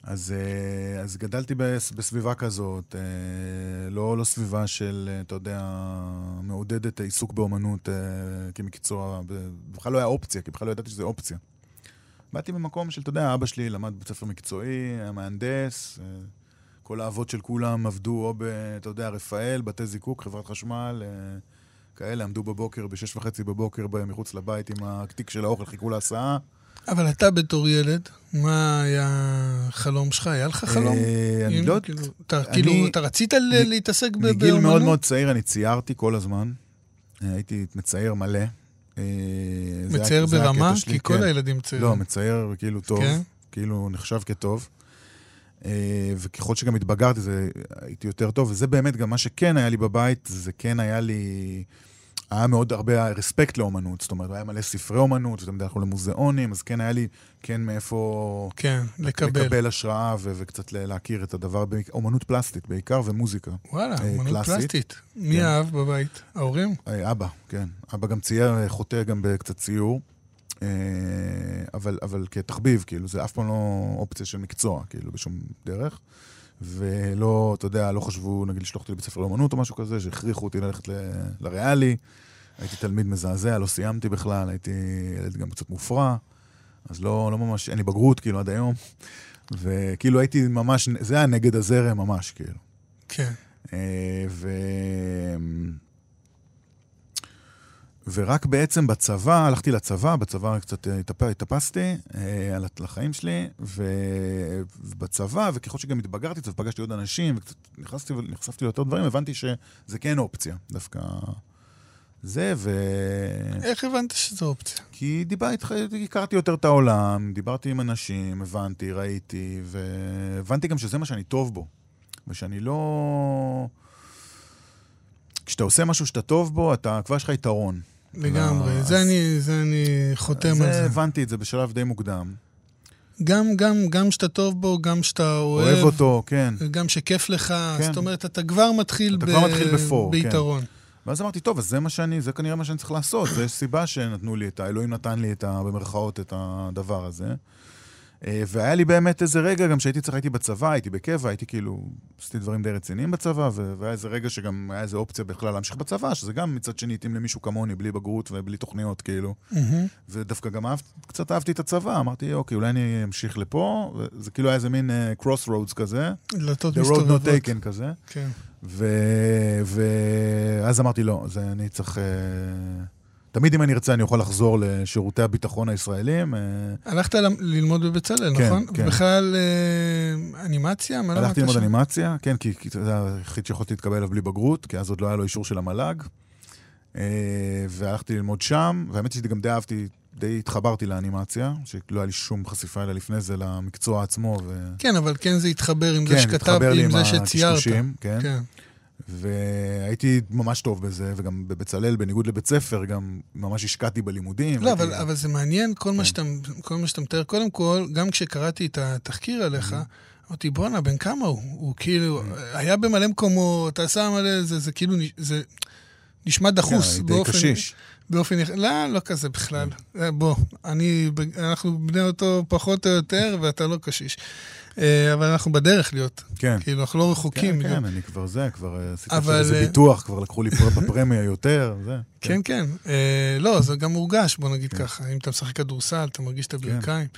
אז, אז גדלתי בסביבה כזאת, לא, לא סביבה של, אתה יודע, מעודדת העיסוק באומנות כמקצוע, בכלל לא היה אופציה, כי בכלל לא ידעתי שזה אופציה. באתי במקום של, אתה יודע, אבא שלי למד בית ספר מקצועי, היה מהנדס, כל האבות של כולם עבדו או ב, אתה יודע, רפאל, בתי זיקוק, חברת חשמל, כאלה, עמדו בבוקר, בשש וחצי בבוקר, מחוץ לבית עם הקתיק של האוכל, חיכו להסעה. אבל אתה בתור ילד, מה היה חלום שלך? היה לך חלום? אני לא... כאילו, אתה רצית להתעסק באמנות? מגיל מאוד מאוד צעיר, אני ציירתי כל הזמן. הייתי מצייר מלא. מצייר ברמה? כי כל הילדים ציירים. לא, מצייר כאילו טוב. כאילו נחשב כטוב. וככל שגם התבגרתי, הייתי יותר טוב. וזה באמת גם מה שכן היה לי בבית, זה כן היה לי... היה מאוד הרבה רספקט לאומנות, זאת אומרת, היה מלא ספרי אומנות, ותמיד הלכנו למוזיאונים, אז כן היה לי, כן מאיפה... כן, לקבל. לקבל השראה ו- וקצת להכיר את הדבר, אומנות פלסטית בעיקר, ומוזיקה. וואלה, אומנות פלסטית. מי אהב בבית? ההורים? אבא, כן. אבא גם צייר, חוטא גם בקצת ציור, אבל, אבל כתחביב, כאילו, זה אף פעם לא אופציה של מקצוע, כאילו, בשום דרך. ולא, אתה יודע, לא חשבו, נגיד, לשלוח אותי לבית ספר לאומנות או משהו כזה, שהכריחו אותי ללכת ל- לריאלי. הייתי תלמיד מזעזע, לא סיימתי בכלל, הייתי ילד גם קצת מופרע, אז לא, לא ממש, אין לי בגרות, כאילו, עד היום. וכאילו הייתי ממש, זה היה נגד הזרם ממש, כאילו. כן. ו... ורק בעצם בצבא, הלכתי לצבא, בצבא קצת התאפסתי על החיים שלי, ובצבא, וככל שגם התבגרתי, ופגשתי עוד אנשים, וקצת נחשפתי, נחשפתי ליותר דברים, הבנתי שזה כן אופציה, דווקא זה, ו... איך הבנת שזו אופציה? כי דיברתי, הכרתי יותר את העולם, דיברתי עם אנשים, הבנתי, ראיתי, והבנתי גם שזה מה שאני טוב בו, ושאני לא... כשאתה עושה משהו שאתה טוב בו, אתה כבר יש לך יתרון. לגמרי, זה אני, זה אני חותם על זה. זה הבנתי את זה בשלב די מוקדם. גם, גם, גם שאתה טוב בו, גם שאתה אוהב. אוהב אותו, כן. גם שכיף לך, זאת אומרת, אתה כבר מתחיל ביתרון. ואז אמרתי, טוב, אז זה מה שאני, זה כנראה מה שאני צריך לעשות. זה סיבה שנתנו לי את, האלוהים נתן לי את ה, במרכאות את הדבר הזה. והיה לי באמת איזה רגע, גם שהייתי צריך, הייתי בצבא, הייתי בקבע, הייתי כאילו, עשיתי דברים די רציניים בצבא, והיה איזה רגע שגם היה איזה אופציה בכלל להמשיך בצבא, שזה גם מצד שני התאים למישהו כמוני, בלי בגרות ובלי תוכניות, כאילו. ודווקא גם קצת אהבתי את הצבא, אמרתי, אוקיי, אולי אני אמשיך לפה, וזה כאילו היה איזה מין crossroads כזה. דלתות מסתובבות. The road not taken כזה. כן. ואז אמרתי, לא, זה אני צריך... תמיד אם אני ארצה, אני יכול לחזור לשירותי הביטחון הישראלים. הלכת ללמוד בבצלאל, נכון? כן. בכלל אנימציה? הלכתי ללמוד אנימציה, כן, כי זה היחיד שיכולתי להתקבל אליו בלי בגרות, כי אז עוד לא היה לו אישור של המל"ג. והלכתי ללמוד שם, והאמת שלי גם די אהבתי, די התחברתי לאנימציה, שלא היה לי שום חשיפה אלא לפני זה למקצוע עצמו. כן, אבל כן זה התחבר עם זה שכתבתי, עם זה שציירת. כן. והייתי ממש טוב בזה, וגם בבצלאל, בניגוד לבית ספר, גם ממש השקעתי בלימודים. לא, אבל, אבל זה מעניין, כל, כן. מה שאתה, כל מה שאתה מתאר. קודם כל, גם כשקראתי את התחקיר עליך, אמרתי, בונה, בן כמה הוא? הוא כאילו, היה במלא מקומות, עשה מלא, זה, זה כאילו, זה נשמע דחוס. באופן, קשיש. באופן, לא, לא כזה בכלל. בוא, אני, אנחנו בני אותו פחות או יותר, ואתה לא קשיש. אבל אנחנו בדרך להיות. כן. כאילו, אנחנו לא רחוקים. כן, כן, אני כבר זה, כבר עשיתי איזה ביטוח, כבר לקחו לי בפרמיה יותר, זה. כן, כן. לא, זה גם מורגש, בוא נגיד ככה. אם אתה משחק כדורסל, אתה מרגיש את הברכיים.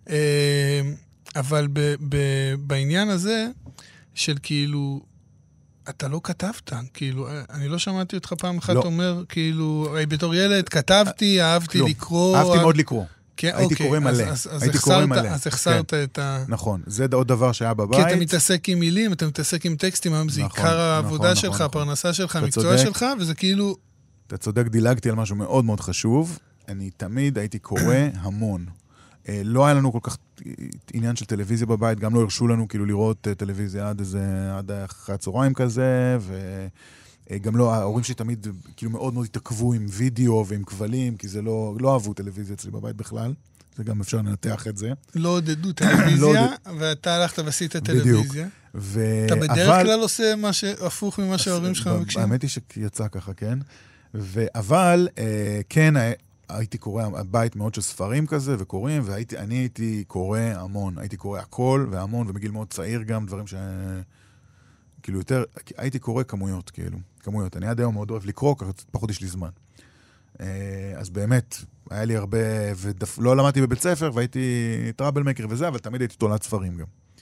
אבל בעניין הזה, של כאילו, אתה לא כתבת, כאילו, אני לא שמעתי אותך פעם אחת אומר, כאילו, בתור ילד, כתבתי, אהבתי לקרוא. אהבתי מאוד לקרוא. כן, הייתי אוקיי, קורא מלא. אז, אז, הייתי החסרת, קורא מלא. אז החסרת כן. את ה... נכון, זה עוד דבר שהיה בבית. כי אתה מתעסק עם מילים, אתה מתעסק עם טקסטים, היום זה נכון, עיקר העבודה נכון, שלך, נכון, הפרנסה שלך, המקצוע צודק, שלך, וזה כאילו... אתה צודק, דילגתי על משהו מאוד מאוד חשוב. אני תמיד הייתי קורא המון. לא היה לנו כל כך עניין של טלוויזיה בבית, גם לא הרשו לנו כאילו לראות טלוויזיה עד איזה, עד אחרי הצהריים כזה, ו... גם לא, ההורים שלי תמיד כאילו מאוד מאוד התעכבו עם וידאו ועם כבלים, כי זה לא, לא אהבו טלוויזיה אצלי בבית בכלל. זה גם אפשר לנתח את זה. לא עודדו טלוויזיה, ואתה הלכת ועשית טלוויזיה. אתה בדרך כלל עושה הפוך ממה שההורים שלך מבקשים? האמת היא שיצא ככה, כן. אבל כן, הייתי קורא, הבית מאוד של ספרים כזה, וקוראים, ואני הייתי קורא המון, הייתי קורא הכל והמון, ומגיל מאוד צעיר גם, דברים ש... כאילו יותר, הייתי קורא כמויות, כאילו, כמויות. אני עד היום מאוד אוהב לקרוא, ככה פחות יש לי זמן. אז באמת, היה לי הרבה, ולא למדתי בבית ספר, והייתי טראבל מקר וזה, אבל תמיד הייתי תולד ספרים גם.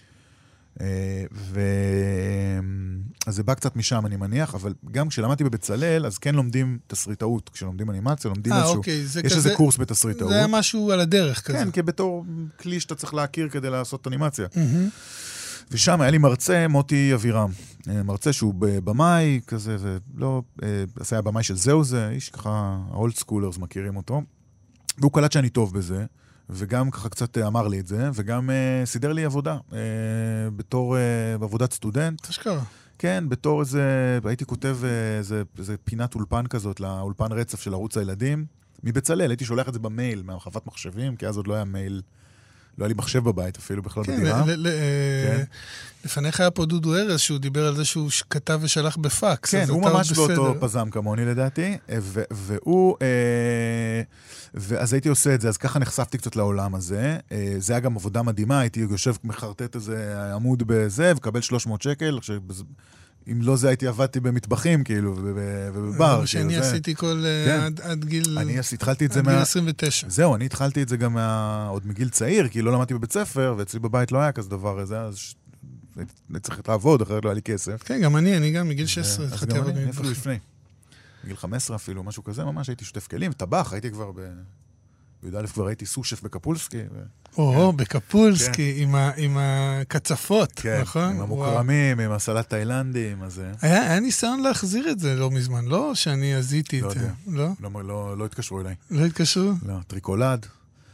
ו... אז זה בא קצת משם, אני מניח, אבל גם כשלמדתי בבצלאל, אז כן לומדים תסריטאות. כשלומדים אנימציה, לומדים 아, איזשהו... אוקיי, יש איזה קורס בתסריטאות. זה היה משהו על הדרך כזה. כן, כבתור כלי שאתה צריך להכיר כדי לעשות אנימציה. Mm-hmm. ושם היה לי מרצה, מוטי אבירם. מרצה שהוא במאי, כזה, זה לא... זה היה במאי של זהו זה, איש ככה, האולד סקולרס מכירים אותו. והוא קלט שאני טוב בזה. וגם ככה קצת אמר לי את זה, וגם uh, סידר לי עבודה, uh, בתור uh, עבודת סטודנט. אשכרה. כן, בתור איזה, הייתי כותב איזה, איזה פינת אולפן כזאת, לאולפן רצף של ערוץ הילדים, מבצלאל, הייתי שולח את זה במייל, מהרחבת מחשבים, כי אז עוד לא היה מייל, לא היה לי מחשב בבית אפילו בכלל כן, בדירה. ל- ל- כן. לפניך היה פה דודו ארז, שהוא דיבר על זה שהוא כתב ושלח בפקס. כן, הוא ממש באותו פזם כמוני לדעתי, ו- והוא, אה, ואז הייתי עושה את זה, אז ככה נחשפתי קצת לעולם הזה, אה, זה היה גם עבודה מדהימה, הייתי יושב מחרטט איזה עמוד בזה, וקבל שלוש מאות שקל, אם לא זה הייתי עבדתי במטבחים, כאילו, ובבר. שאני עשיתי כל, עד גיל... אני התחלתי את זה מה... עד גיל עשרים ותשע. זהו, אני התחלתי את זה גם עוד מגיל צעיר, כי לא למדתי בבית ספר, ואצלי בבית לא היה כזה דבר הזה, אז אני צריך לעבוד, אחרת לא היה לי כסף. כן, גם אני, אני גם מגיל שש עשרה. אז גם אני, אפילו לפני. בגיל חמש עשרה אפילו, משהו כזה, ממש הייתי שוטף כלים, טבח, הייתי כבר ב... בי"א כבר הייתי סושף בקפולסקי. או, בקפולסקי, עם הקצפות, נכון? עם המוקרמים, עם הסלט תאילנדי, עם הזה. היה ניסיון להחזיר את זה לא מזמן, לא שאני עזיתי את זה, לא? לא התקשרו אליי. לא התקשרו? לא, טריקולד.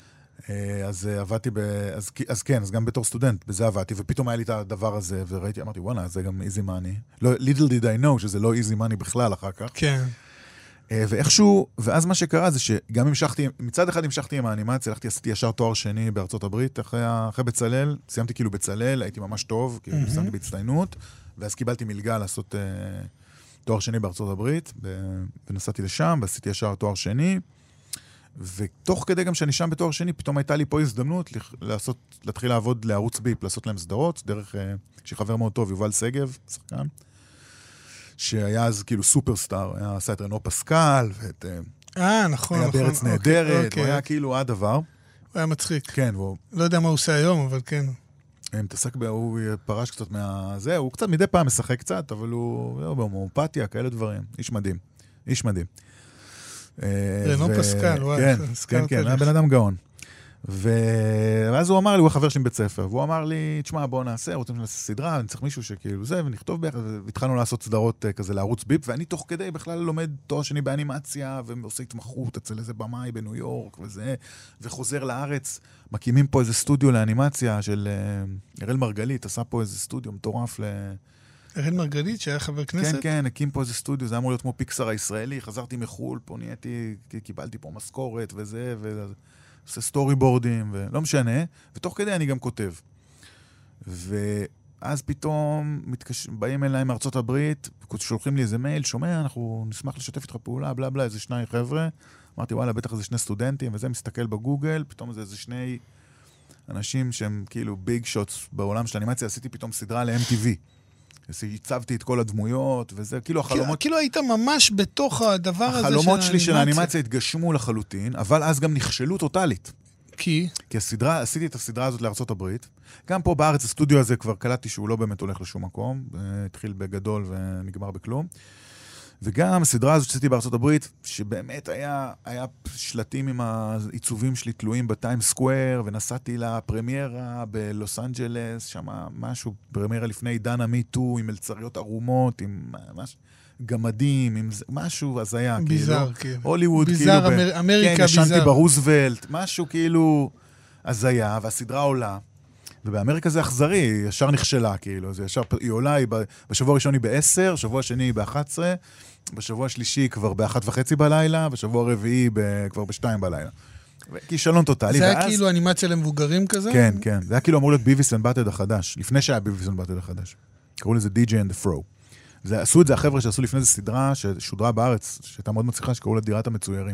אז עבדתי ב... אז כן, אז גם בתור סטודנט, בזה עבדתי, ופתאום היה לי את הדבר הזה, וראיתי, אמרתי, וואלה, זה גם איזי מאני. little did I know שזה לא איזי מאני בכלל אחר כך. כן. ואיכשהו, ואז מה שקרה זה שגם המשכתי, מצד אחד המשכתי עם האנימציה, הלכתי, עשיתי ישר תואר שני בארצות הברית, אחרי, אחרי בצלאל, סיימתי כאילו בצלאל, הייתי ממש טוב, כאילו mm-hmm. סיימתי בהצטיינות, ואז קיבלתי מלגה לעשות uh, תואר שני בארצות הברית, ונסעתי לשם, ועשיתי ישר תואר שני, ותוך כדי גם שאני שם בתואר שני, פתאום הייתה לי פה הזדמנות לעשות, להתחיל לעבוד לערוץ ביפ, לעשות להם סדרות, דרך, uh, שחבר מאוד טוב, יובל סגב, שחקן, שהיה אז כאילו סופרסטאר, היה עשה את רנו פסקל, ואת... אה, נכון, היה נכון. בארץ נהדרת, הוא היה כאילו הדבר. הוא היה מצחיק. כן, והוא... לא יודע מה הוא עושה היום, אבל כן. מתעסק, הוא פרש קצת מה... זה, הוא קצת מדי פעם משחק קצת, אבל הוא בהומואפתיה, כאלה דברים. איש מדהים. איש מדהים. רנו פסקל, וואי. כן, כן, כן, היה בן אדם גאון. ואז הוא אמר לי, הוא החבר שלי מבית ספר, והוא אמר לי, תשמע, בוא נעשה, רוצים לעשות סדרה, אני צריך מישהו שכאילו זה, ונכתוב ביחד, והתחלנו לעשות סדרות כזה לערוץ ביפ, ואני תוך כדי בכלל לומד תואר שני באנימציה, ועושה התמחות אצל איזה במאי בניו יורק וזה, וחוזר לארץ, מקימים פה איזה סטודיו לאנימציה של אראל מרגלית, עשה פה איזה סטודיו מטורף ל... אראל מרגלית, שהיה חבר כנסת? כן, כן, הקים פה איזה סטודיו, זה אמור להיות כמו פיקסר הישראלי, חזרתי מחול, פה נהייתי, קיבלתי פה משכורת וזה, וזה. עושה סטורי בורדים, ולא משנה, ותוך כדי אני גם כותב. ואז פתאום מתקש... באים אליי מארצות הברית, שולחים לי איזה מייל, שומע, אנחנו נשמח לשתף איתך פעולה, בלה בלה, איזה שני חבר'ה. אמרתי, וואלה, בטח איזה שני סטודנטים, וזה מסתכל בגוגל, פתאום זה איזה שני אנשים שהם כאילו ביג שוטס בעולם של האנימציה, עשיתי פתאום סדרה ל-אם טי וי. הצבתי את כל הדמויות, וזה כאילו החלומות... כאילו היית ממש בתוך הדבר הזה של האנימציה. החלומות שלי של האנימציה התגשמו לחלוטין, אבל אז גם נכשלו טוטלית. כי? כי הסדרה, עשיתי את הסדרה הזאת לארצות הברית. גם פה בארץ, הסטודיו הזה כבר קלטתי שהוא לא באמת הולך לשום מקום. התחיל בגדול ונגמר בכלום. וגם הסדרה הזאת שעשיתי בארצות הברית, שבאמת היה, היה שלטים עם העיצובים שלי תלויים בטיים סקוואר, ונסעתי לפרמיירה בלוס אנג'לס, שם משהו, פרמיירה לפני דנה מיטו, עם מלצריות ערומות, עם משהו, גמדים, עם משהו, אז היה ביזר, כאילו, כאילו. הוליווד, ביזר, כאילו, אמר, אמריקה כן, ביזר. ישנתי ברוזוולט, משהו כאילו, אז היה, והסדרה עולה, ובאמריקה זה אכזרי, ישר נכשלה, כאילו, זה ישר, היא עולה, היא בשבוע הראשון היא בעשר, בשבוע השני היא באחת עשרה, בשבוע השלישי כבר באחת וחצי בלילה, בשבוע הרביעי כבר בשתיים בלילה. כישלון טוטלי. זה היה כאילו אנימציה למבוגרים כזה? כן, כן. זה היה כאילו אמור להיות ביביס אנד באטד החדש, לפני שהיה ביביס אנד באטד החדש. קראו לזה די ג'יי and the Fro. עשו את זה החבר'ה שעשו לפני זה סדרה ששודרה בארץ, שהייתה מאוד מצליחה, שקראו לה דירת המצוירים.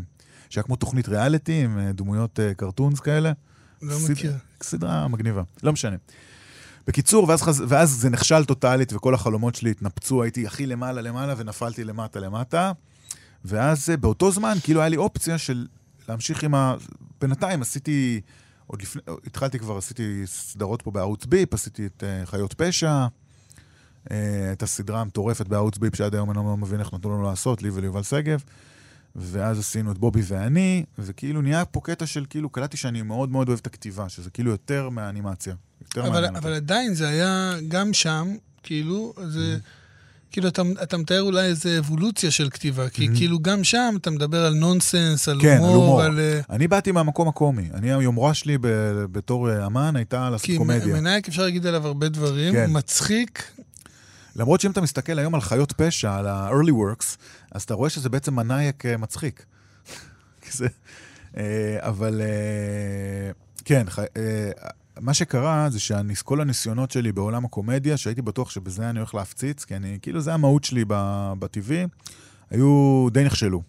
שהיה כמו תוכנית ריאליטי עם דמויות קרטונס כאלה. לא מכיר. סדרה מגניבה, לא משנה. בקיצור, ואז, ואז זה נכשל טוטלית, וכל החלומות שלי התנפצו, הייתי הכי למעלה למעלה, ונפלתי למטה למטה, ואז באותו זמן, כאילו היה לי אופציה של להמשיך עם ה... בינתיים עשיתי, עוד לפני, התחלתי כבר, עשיתי סדרות פה בערוץ ביפ, עשיתי את uh, חיות פשע, uh, את הסדרה המטורפת בערוץ ביפ, שעד היום אני לא מבין איך נתנו לנו לעשות, לי וליובל סגב, ואז עשינו את בובי ואני, וכאילו נהיה פה קטע של, כאילו, קלטתי שאני מאוד מאוד אוהב את הכתיבה, שזה כאילו יותר מהאנימציה. יותר אבל, אבל עדיין זה היה גם שם, כאילו, זה... כאילו, אתה, אתה מתאר אולי איזו אבולוציה של כתיבה, כי mm-hmm. כאילו גם שם אתה מדבר על נונסנס, על כן, הומור, על... אני באתי מהמקום הקומי. אני, היומרה שלי ב, בתור אמן הייתה לעשות קומדיה. כי מנהיק אפשר להגיד עליו הרבה דברים, כן. מצחיק. למרות שאם אתה מסתכל היום על חיות פשע, על ה-early works, אז אתה רואה שזה בעצם מנהיק מצחיק. זה, אבל כן, מה שקרה זה שכל הניסיונות שלי בעולם הקומדיה, שהייתי בטוח שבזה אני הולך להפציץ, כי אני, כאילו זה המהות שלי בטבעי, היו די נכשלו.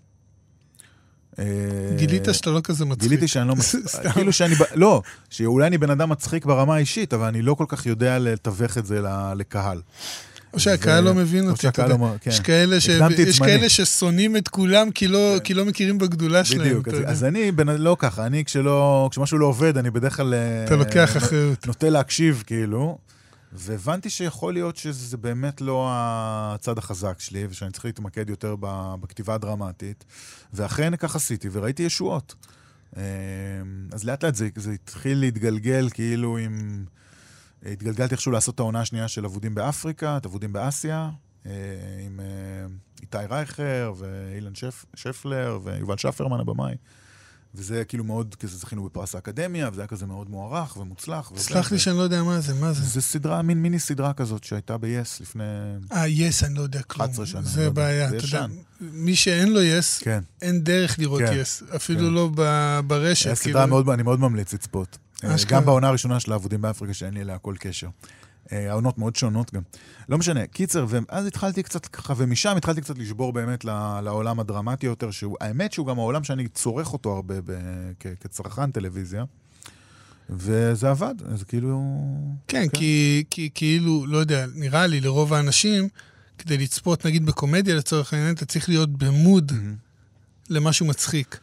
גילית שאתה לא כזה מצחיק. גיליתי שאני לא מצחיק. כאילו שאני, לא, שאולי אני בן אדם מצחיק ברמה האישית, אבל אני לא כל כך יודע לתווך את זה לקהל. או שהקהל לא מבין אותי. יש כאלה ששונאים את כולם כי לא מכירים בגדולה שלהם. בדיוק, אז אני לא ככה, אני כשמשהו לא עובד, אני בדרך כלל... אתה לוקח אחריות. נוטה להקשיב, כאילו, והבנתי שיכול להיות שזה באמת לא הצד החזק שלי, ושאני צריך להתמקד יותר בכתיבה הדרמטית, ואכן כך עשיתי, וראיתי ישועות. אז לאט לאט זה התחיל להתגלגל, כאילו עם... התגלגלתי איכשהו לעשות את העונה השנייה של עבודים באפריקה, את עבודים באסיה, עם איתי רייכר ואילן שפלר ויובל שפרמן הבמאי. וזה כאילו מאוד, כזה זכינו בפרס האקדמיה, וזה היה כזה מאוד מוערך ומוצלח. סלח לי שאני לא יודע מה זה, מה זה? זה סדרה, מין מיני סדרה כזאת שהייתה ב-יס לפני... אה, יס, אני לא יודע כלום. אחת עשרה שנה. זה בעיה, אתה יודע. מי שאין לו יס, אין דרך לראות יס. אפילו לא ברשת. היה סדרה מאוד, אני מאוד ממליץ לצפות. גם בעונה הראשונה של העבודים באפריקה, שאין לי אליה כל קשר. העונות מאוד שונות גם. לא משנה, קיצר, ואז התחלתי קצת ככה, ומשם התחלתי קצת לשבור באמת לעולם הדרמטי יותר, האמת שהוא גם העולם שאני צורך אותו הרבה כצרכן טלוויזיה, וזה עבד, אז כאילו... כן, כי כאילו, לא יודע, נראה לי לרוב האנשים, כדי לצפות נגיד בקומדיה לצורך העניין, אתה צריך להיות במוד למשהו מצחיק.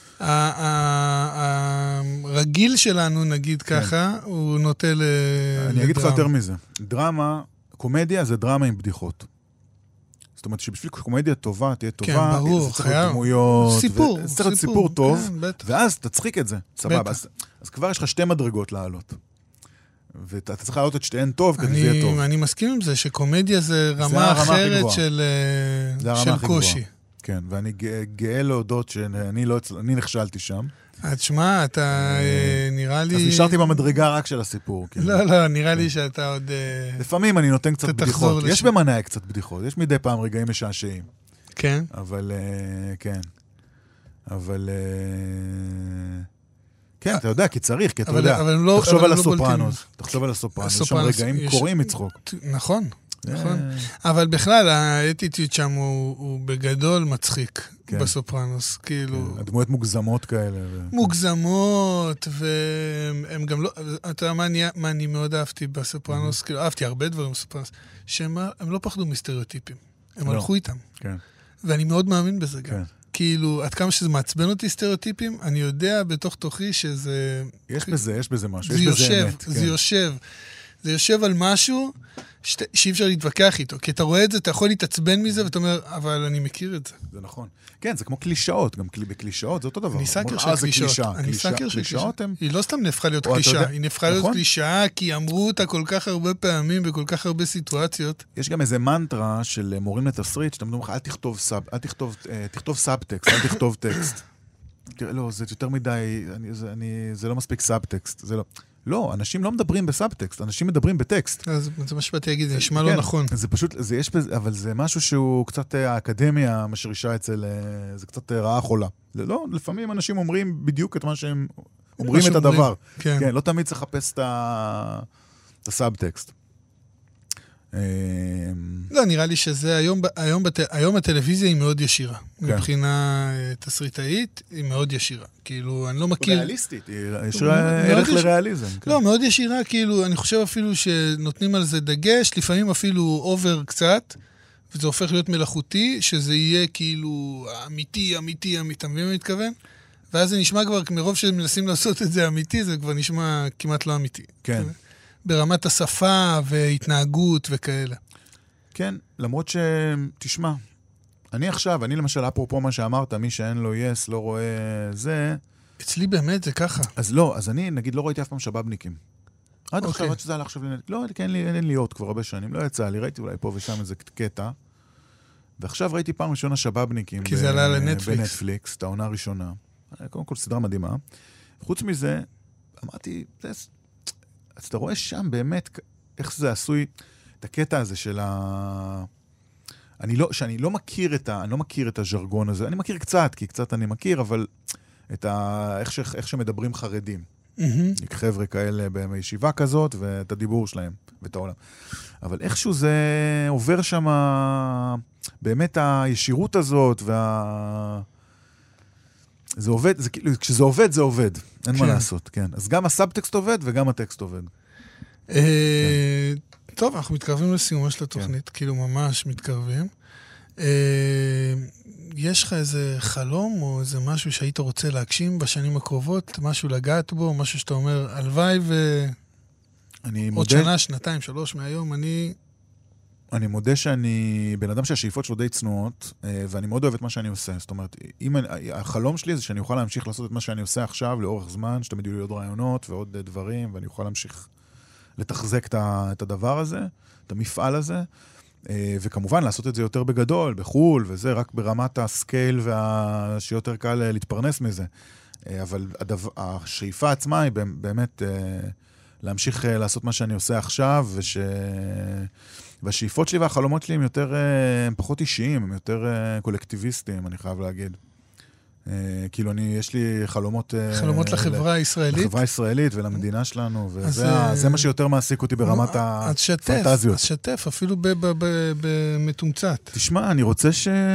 הרגיל שלנו, נגיד ככה, הוא נוטה לדרמה. אני אגיד לך יותר מזה. דרמה, קומדיה זה דרמה עם בדיחות. זאת אומרת שבשביל קומדיה טובה, תהיה טובה, כן, ברור, זה צריך להיות דמויות. סיפור. זה צריך להיות סיפור טוב, ואז תצחיק את זה. סבבה. אז כבר יש לך שתי מדרגות לעלות. ואתה צריך לעלות את שתיהן טוב, כדי זה יהיה טוב. אני מסכים עם זה, שקומדיה זה רמה אחרת של קושי. כן, ואני גאה להודות שאני לא, אני נכשלתי שם. תשמע, אתה נראה לי... אז נשארתי במדרגה רק של הסיפור. לא, לא, נראה לי שאתה עוד... לפעמים אני נותן קצת בדיחות. יש במנהיג קצת בדיחות. יש מדי פעם רגעים משעשעים. כן? אבל, כן. אבל... כן, אתה יודע, כי צריך, כי אתה יודע. תחשוב על הסופרנוס. תחשוב על הסופרנוס. יש שם רגעים קוראים מצחוק. נכון. נכון. אבל בכלל, האטיטיוד שם הוא בגדול מצחיק בסופרנוס. כאילו... הדמויות מוגזמות כאלה. מוגזמות, והם גם לא... אתה יודע מה אני מאוד אהבתי בסופרנוס? כאילו, אהבתי הרבה דברים בסופרנוס, שהם לא פחדו מסטריאוטיפים. הם הלכו איתם. ואני מאוד מאמין בזה גם. כאילו, עד כמה שזה מעצבן אותי סטריאוטיפים, אני יודע בתוך תוכי שזה... יש בזה, יש בזה משהו. זה יושב, זה יושב. זה יושב על משהו שאי אפשר להתווכח איתו. כי אתה רואה את זה, אתה יכול להתעצבן מזה, ואתה אומר, אבל אני מכיר את זה. זה נכון. כן, זה כמו קלישאות. גם בקלישאות זה אותו דבר. אני סאקר של קלישאות. אני סאקר של קלישאות. היא לא סתם נהפכה להיות קלישה. היא נהפכה להיות קלישה, כי אמרו אותה כל כך הרבה פעמים, בכל כך הרבה סיטואציות. יש גם איזה מנטרה של מורים לתסריט, שאתה מדבר לך, אל תכתוב סאב, אל תכתוב, תכתוב סאב-טקסט, אל תכתוב טקסט. לא, זה יותר מדי, זה לא מספיק סאב-טקסט. זה לא... לא, אנשים לא מדברים בסאבטקסט, אנשים מדברים בטקסט. אז זה מה שבאתי להגיד, זה נשמע לא נכון. זה פשוט, זה יש, אבל זה משהו שהוא קצת, האקדמיה משרישה אצל, זה קצת רעה חולה. לא, לפעמים אנשים אומרים בדיוק את מה שהם אומרים את הדבר. כן, לא תמיד צריך לחפש את הסאבטקסט. לא, נראה לי שזה היום, היום, היום הטלוויזיה היא מאוד ישירה. כן. מבחינה תסריטאית, היא מאוד ישירה. כאילו, אני לא מכיר... ריאליסטית, יש ערך לריאליזם. לא, מאוד ישירה, כאילו, אני חושב אפילו שנותנים על זה דגש, לפעמים אפילו אובר קצת, וזה הופך להיות מלאכותי, שזה יהיה כאילו אמיתי, אמיתי, אמיתי, אתה מבין מה מתכוון? ואז זה נשמע כבר, מרוב שמנסים לעשות את זה אמיתי, זה כבר נשמע כמעט לא אמיתי. כן. ברמת השפה והתנהגות וכאלה. כן, למרות ש... תשמע, אני עכשיו, אני למשל, אפרופו מה שאמרת, מי שאין לו יס, לא רואה זה... אצלי באמת זה ככה. אז לא, אז אני, נגיד, לא ראיתי אף פעם שבאבניקים. עד עכשיו, עד שזה הלך עכשיו... לא, אין לי, אין לי עוד כבר הרבה שנים, לא יצא לי, ראיתי אולי פה ושם איזה קטע, ועכשיו ראיתי פעם ראשונה שבאבניקים... כי זה עלה לנטפליקס. בנטפליקס, את העונה הראשונה. קודם כל, סדרה מדהימה. חוץ מזה, אמרתי, אז אתה רואה שם באמת איך זה עשוי, את הקטע הזה של ה... אני לא, שאני לא מכיר את ה... אני לא מכיר את הז'רגון הזה. אני מכיר קצת, כי קצת אני מכיר, אבל את ה... איך, ש... איך שמדברים חרדים. Mm-hmm. חבר'ה כאלה בישיבה כזאת, ואת הדיבור שלהם, ואת העולם. אבל איכשהו זה עובר שם באמת הישירות הזאת, וה... זה עובד, זה, כשזה עובד, זה עובד. אין כן. מה לעשות, כן. אז גם הסאבטקסט עובד וגם הטקסט עובד. אה, כן. טוב, אנחנו מתקרבים לסיומה של התוכנית, כן. כאילו ממש מתקרבים. אה, יש לך איזה חלום או איזה משהו שהיית רוצה להגשים בשנים הקרובות? משהו לגעת בו, משהו שאתה אומר, הלוואי ו... אני עוד מודה... שנה, שנתיים, שלוש מהיום, אני... אני מודה שאני בן אדם שהשאיפות שלו די צנועות, ואני מאוד אוהב את מה שאני עושה. זאת אומרת, אם אני, החלום שלי זה שאני אוכל להמשיך לעשות את מה שאני עושה עכשיו, לאורך זמן, שתמיד יהיו לי עוד רעיונות ועוד דברים, ואני אוכל להמשיך לתחזק את הדבר הזה, את המפעל הזה, וכמובן לעשות את זה יותר בגדול, בחול, וזה רק ברמת הסקייל, וה... שיותר קל להתפרנס מזה. אבל הדבר, השאיפה עצמה היא באמת להמשיך לעשות מה שאני עושה עכשיו, וש... והשאיפות שלי והחלומות שלי הם יותר, הם פחות אישיים, הם יותר קולקטיביסטיים, אני חייב להגיד. כאילו, אני, יש לי חלומות... חלומות לחברה הישראלית? לחברה הישראלית ולמדינה שלנו, וזה מה שיותר מעסיק אותי ברמת הפנטזיות. אז שתף, אפילו במתומצת. תשמע, אני רוצה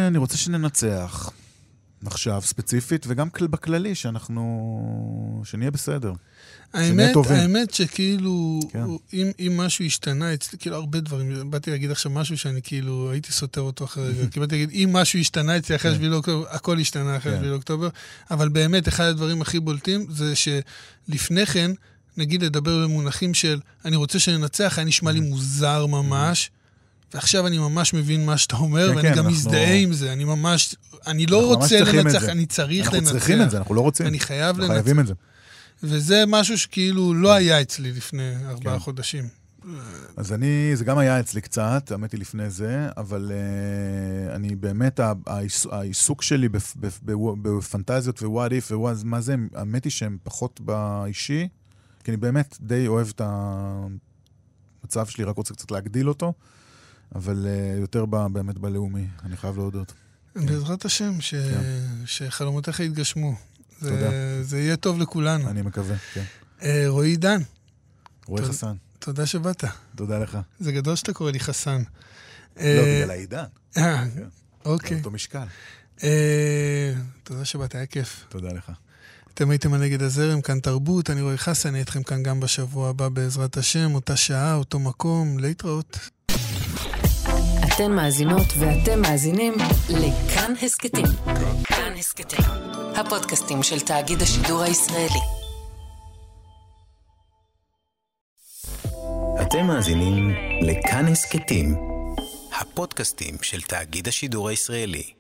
שננצח עכשיו, ספציפית, וגם בכללי, שאנחנו... שנהיה בסדר. האמת, האמת שכאילו, אם, אם משהו השתנה, אצלי, כאילו הרבה דברים, באתי להגיד עכשיו משהו שאני כאילו, הייתי סותר אותו אחרי רגע, כי באתי להגיד, אם משהו השתנה אצלי אחרי שביעי לאוקטובר, הכל השתנה אחרי שביעי לאוקטובר, אבל באמת, אחד הדברים הכי בולטים, זה שלפני כן, נגיד לדבר במונחים של, אני רוצה שננצח, היה נשמע לי מוזר ממש, ועכשיו אני ממש מבין מה שאתה אומר, ואני גם מזדהה עם זה, אני ממש, אני לא רוצה לנצח, אני צריך לנצח. אנחנו צריכים את זה, אנחנו לא רוצים. אני חייב לנצח. וזה משהו שכאילו לא היה אצלי לפני ארבעה כן. חודשים. אז אני, זה גם היה אצלי קצת, האמת היא לפני זה, אבל uh, אני באמת, העיסוק שלי בפ, בפ, בפנטזיות ו-what if ומה זה, האמת היא שהם פחות באישי, כי אני באמת די אוהב את המצב שלי, רק רוצה קצת להגדיל אותו, אבל uh, יותר בא, באמת בלאומי, אני חייב להודות. בעזרת השם, ש... כן. שחלומותיך יתגשמו. זה, זה יהיה טוב לכולנו. אני מקווה, כן. אה, רועי עידן. רועי תודה, חסן. תודה שבאת. תודה לך. זה גדול שאתה קורא לי חסן. לא, בגלל העידן. אה, אוקיי. זה אותו משקל. אה, תודה שבאת, היה כיף. תודה לך. אתם הייתם על נגד הזרם, כאן תרבות, אני רועי חסן, אני אתכם כאן גם בשבוע הבא בעזרת השם, אותה שעה, אותו מקום, להתראות. אתן מאזינות ואתם מאזינים לכאן הסקטים. כאן הסקטים. הפודקאסטים של תאגיד השידור הישראלי. אתם מאזינים לכאן הסקטים. הפודקאסטים של תאגיד השידור הישראלי.